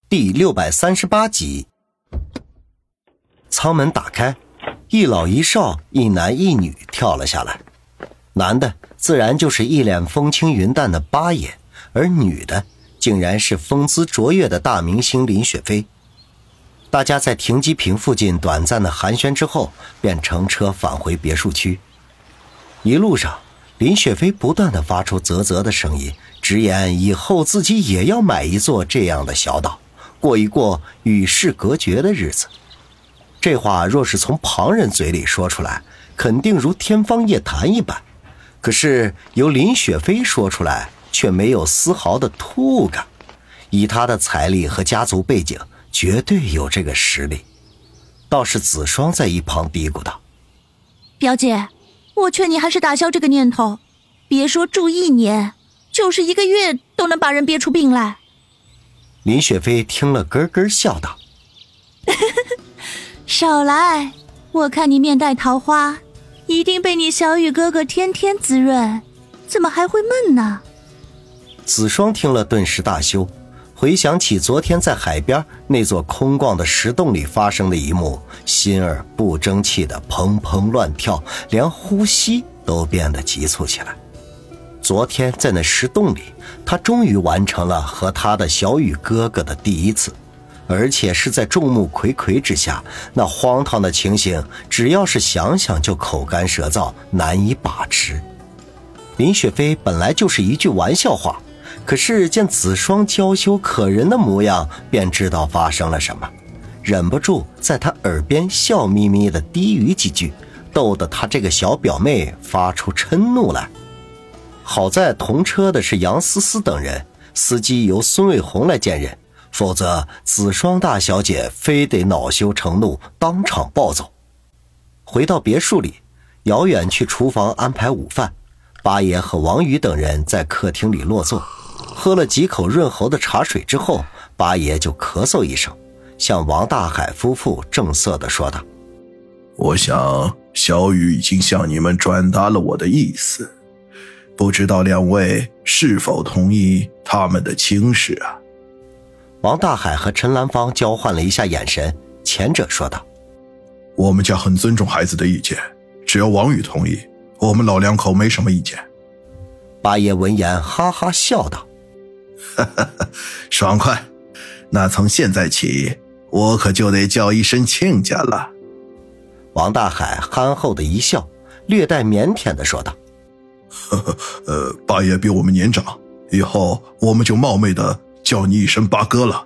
第638集。舱门打开，一老一少，一男一女跳了下来。男的自然就是一脸风轻云淡的八爷，而女的竟然是风姿卓越的大明星林雪飞。大家在停机坪附近短暂的寒暄之后，便乘车返回别墅区。一路上，林雪飞不断地发出啧啧的声音，直言以后自己也要买一座这样的小岛，过一过与世隔绝的日子。这话若是从旁人嘴里说出来，肯定如天方夜谭一般，可是由林雪飞说出来，却没有丝毫的突兀感。以他的财力和家族背景，绝对有这个实力。倒是子双在一旁嘀咕道： 表姐，我劝你还是打消这个念头，别说住1年，就是1个月都能把人憋出病来。 林雪飞听了咯咯笑道： 少来，我看你面带桃花，一定被你小雨哥哥天天滋润，怎么还会闷呢？ 子双听了顿时大羞，回想起昨天在海边那座空旷的石洞里发生的一幕，心儿不争气的砰砰乱跳，连呼吸都变得急促起来。昨天在那石洞里，他终于完成了和他的小雨哥哥的第一次，而且是在众目睽睽之下，那荒唐的情形，只要是想想就口干舌燥，难以把持。林雪飞本来就是一句玩笑话，可是见子双娇羞可人的模样，便知道发生了什么，忍不住在他耳边笑眯眯地低语几句，逗得他这个小表妹发出嗔怒来。好在同车的是杨思思等人，司机由孙卫红来兼任，否则子双大小姐非得恼羞成怒，当场暴走。回到别墅里，遥远去厨房安排午饭，八爷和王宇等人在客厅里落座，喝了几口润喉的茶水之后，八爷就咳嗽一声，向王大海夫妇正色地说道： 我想小雨已经向你们转达了我的意思，不知道2位是否同意他们的请示啊？ 王大海和陈兰芳交换了一下眼神，前者说道： 我们家很尊重孩子的意见，只要王宇同意，我们老2口没什么意见。 八爷闻言哈哈笑道： 爽快，那从现在起我可就得叫一声亲家了。 王大海憨厚的一笑，略带腼腆地说道： 八爷比我们年长，以后我们就冒昧的叫你一声八哥了。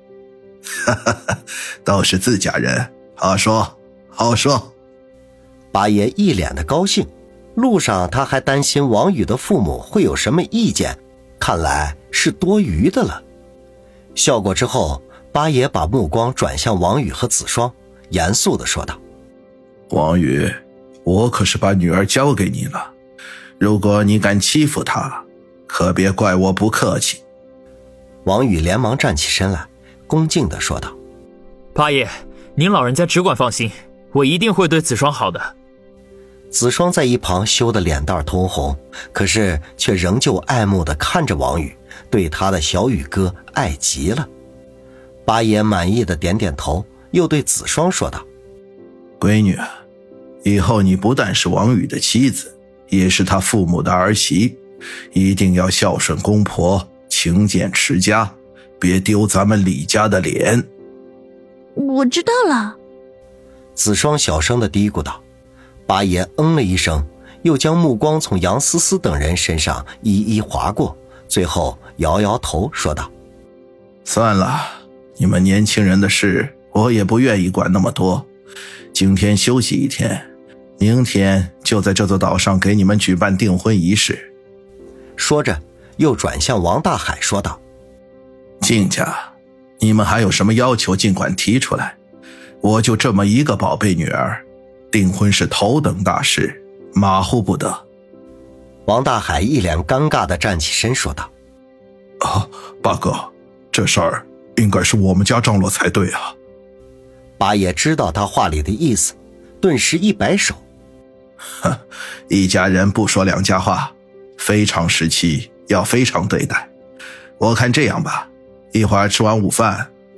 都是自家人，好说好说。 八爷一脸的高兴，路上他还担心王宇的父母会有什么意见，看来是多余的了。笑过之后，八爷把目光转向王宇和子双，严肃地说道： 王宇，我可是把女儿交给你了，如果你敢欺负她，可别怪我不客气。 王宇连忙站起身来，恭敬地说道： 八爷，您老人家只管放心，我一定会对子双好的。 子双在一旁羞得脸蛋通红，可是却仍旧爱慕地看着王宇，对他的小宇哥爱极了。八爷满意的点点头，又对子双说道： 闺女，以后你不但是王宇的妻子，也是他父母的儿媳，一定要孝顺公婆，勤俭持家，别丢咱们李家的脸。 我知道了。 子双小声地嘀咕道。八爷了一声，又将目光从杨思思等人身上一一划过，最后摇摇头说道： 算了，你们年轻人的事我也不愿意管那么多，今天休息1天，明天就在这座岛上给你们举办订婚仪式。 说着又转向王大海说道： 亲家，你们还有什么要求尽管提出来，我就这么一个宝贝女儿，订婚是头等大事，马虎不得。 王大海一脸尴尬地站起身说道： 八哥，这事儿应该是我们家张罗才对啊。 八爷知道他话里的意思，顿时一摆手： 一家人不说两家话，非常时期要非常对待。我看这样吧，一会儿吃完午饭，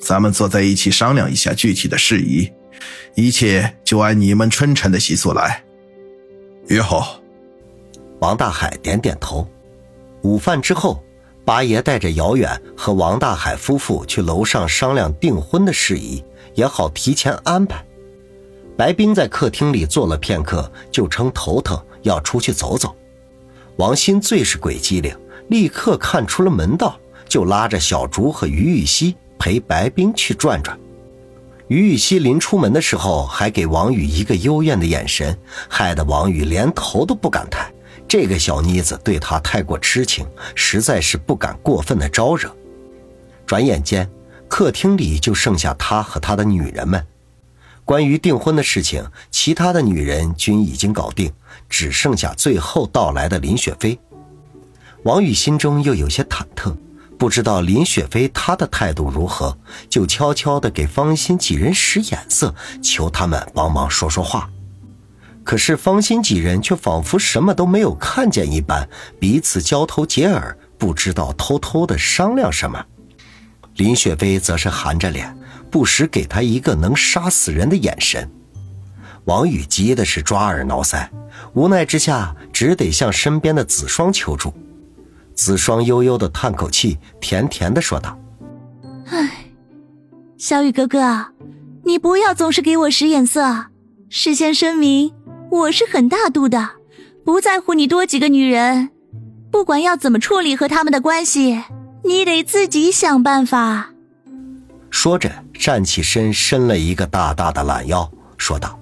咱们坐在一起商量一下具体的事宜，一切就按你们春晨的习俗来。约好。 王大海点点头。午饭之后，八爷带着姚远和王大海夫妇去楼上商量订婚的事宜，也好提前安排。白冰在客厅里坐了片刻，就称头疼，要出去走走。王鑫最是鬼机灵，立刻看出了门道，就拉着小竹和于玉溪陪白冰去转转。于玉溪临出门的时候还给王宇一个幽怨的眼神，害得王宇连头都不敢抬。这个小妮子对他太过痴情，实在是不敢过分的招惹。转眼间，客厅里就剩下他和他的女人们。关于订婚的事情，其他的女人均已经搞定，只剩下最后到来的林雪飞。王宇心中又有些忐忑，不知道林雪飞她的态度如何，就悄悄地给方心几人使眼色，求他们帮忙说说话。可是方心几人却仿佛什么都没有看见一般，彼此交头接耳，不知道偷偷地商量什么。林雪飞则是含着脸，不时给他一个能杀死人的眼神。王宇急的是抓耳挠腮，无奈之下只得向身边的子双求助。子双悠悠地叹口气，甜甜地说道： 唉，小雨哥哥，你不要总是给我使眼色，事先声明我是很大度的，不在乎你多几个女人，不管要怎么处理和他们的关系，你得自己想办法。 说着站起身，伸了一个大大的懒腰，说道：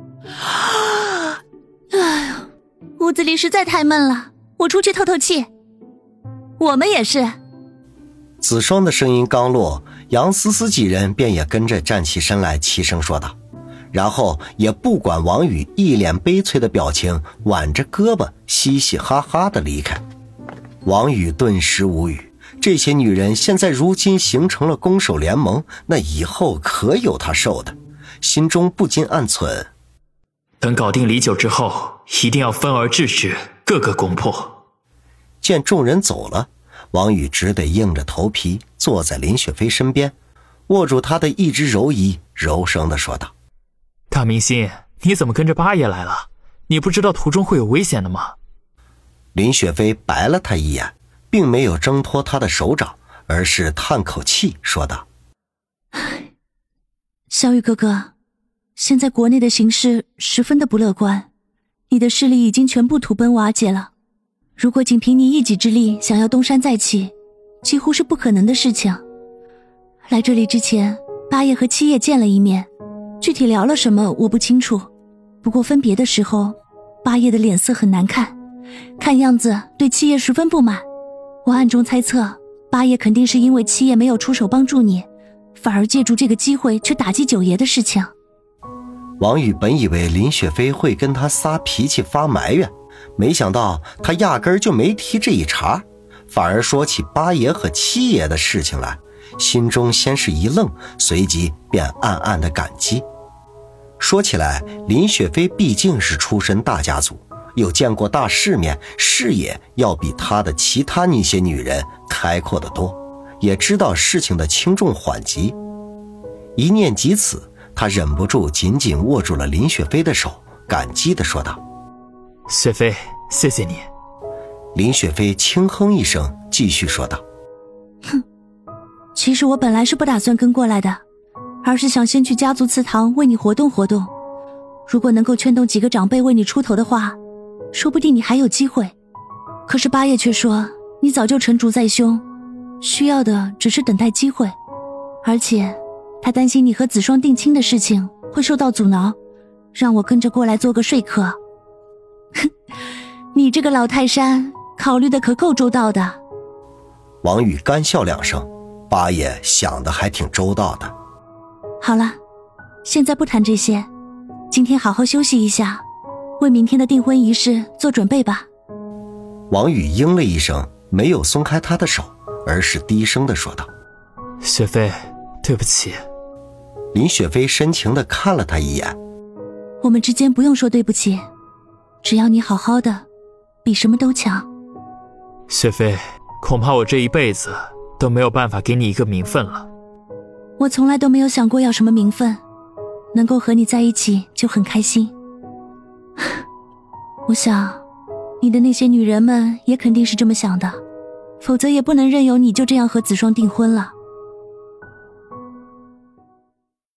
哎呦，屋子里实在太闷了，我出去透透气。我们也是。 子双的声音刚落，杨思思几人便也跟着站起身来，齐声说道，然后也不管王宇一脸悲催的表情，挽着胳膊嘻嘻哈哈地离开。王宇顿时无语，这些女人现在如今形成了攻守联盟，那以后可有他受的，心中不禁暗忖， 等搞定李九之后，一定要分而治之，各个攻破。 见众人走了，王宇只得硬着头皮坐在林雪飞身边，握住她的一只柔衣，柔声地说道： 大明星，你怎么跟着八爷来了？你不知道途中会有危险的吗？ 林雪飞白了他一眼，并没有挣脱他的手掌，而是叹口气说道： 小雨哥哥，现在国内的形势十分的不乐观，你的势力已经全部土崩瓦解了，如果仅凭你一己之力想要东山再起，几乎是不可能的事情。来这里之前，八爷和七爷见了一面，具体聊了什么我不清楚，不过分别的时候，八爷的脸色很难看，看样子对七爷十分不满。我暗中猜测，八爷肯定是因为七爷没有出手帮助你，反而借助这个机会去打击九爷的事情。 王宇本以为林雪飞会跟他撒脾气发埋怨，没想到他压根儿就没提这一茬，反而说起八爷和七爷的事情来，心中先是一愣，随即便暗暗的感激。说起来，林雪飞毕竟是出身大家族，又见过大世面，视野要比他的其他那些女人开阔得多，也知道事情的轻重缓急。一念及此，他忍不住紧紧握住了林雪飞的手，感激地说道： 雪飞，谢谢你。 林雪飞轻哼一声，继续说道： 其实我本来是不打算跟过来的，而是想先去家族祠堂为你活动活动，如果能够劝动几个长辈为你出头的话，说不定你还有机会。可是八爷却说你早就成竹在胸，需要的只是等待机会，而且他担心你和子双定亲的事情会受到阻挠，让我跟着过来做个说客。你这个老泰山考虑的可够周到的。 王宇干笑两声，八爷想的还挺周到的。 好了，现在不谈这些，今天好好休息一下，为明天的订婚仪式做准备吧。 王宇应了一声，没有松开他的手，而是低声地说道： 雪飞，对不起。 林雪飞深情地看了他一眼： 我们之间不用说对不起，只要你好好的，比什么都强。 雪飞，恐怕我这一辈子都没有办法给你一个名分了。 我从来都没有想过要什么名分，能够和你在一起就很开心。我想你的那些女人们也肯定是这么想的，否则也不能任由你就这样和子双订婚了。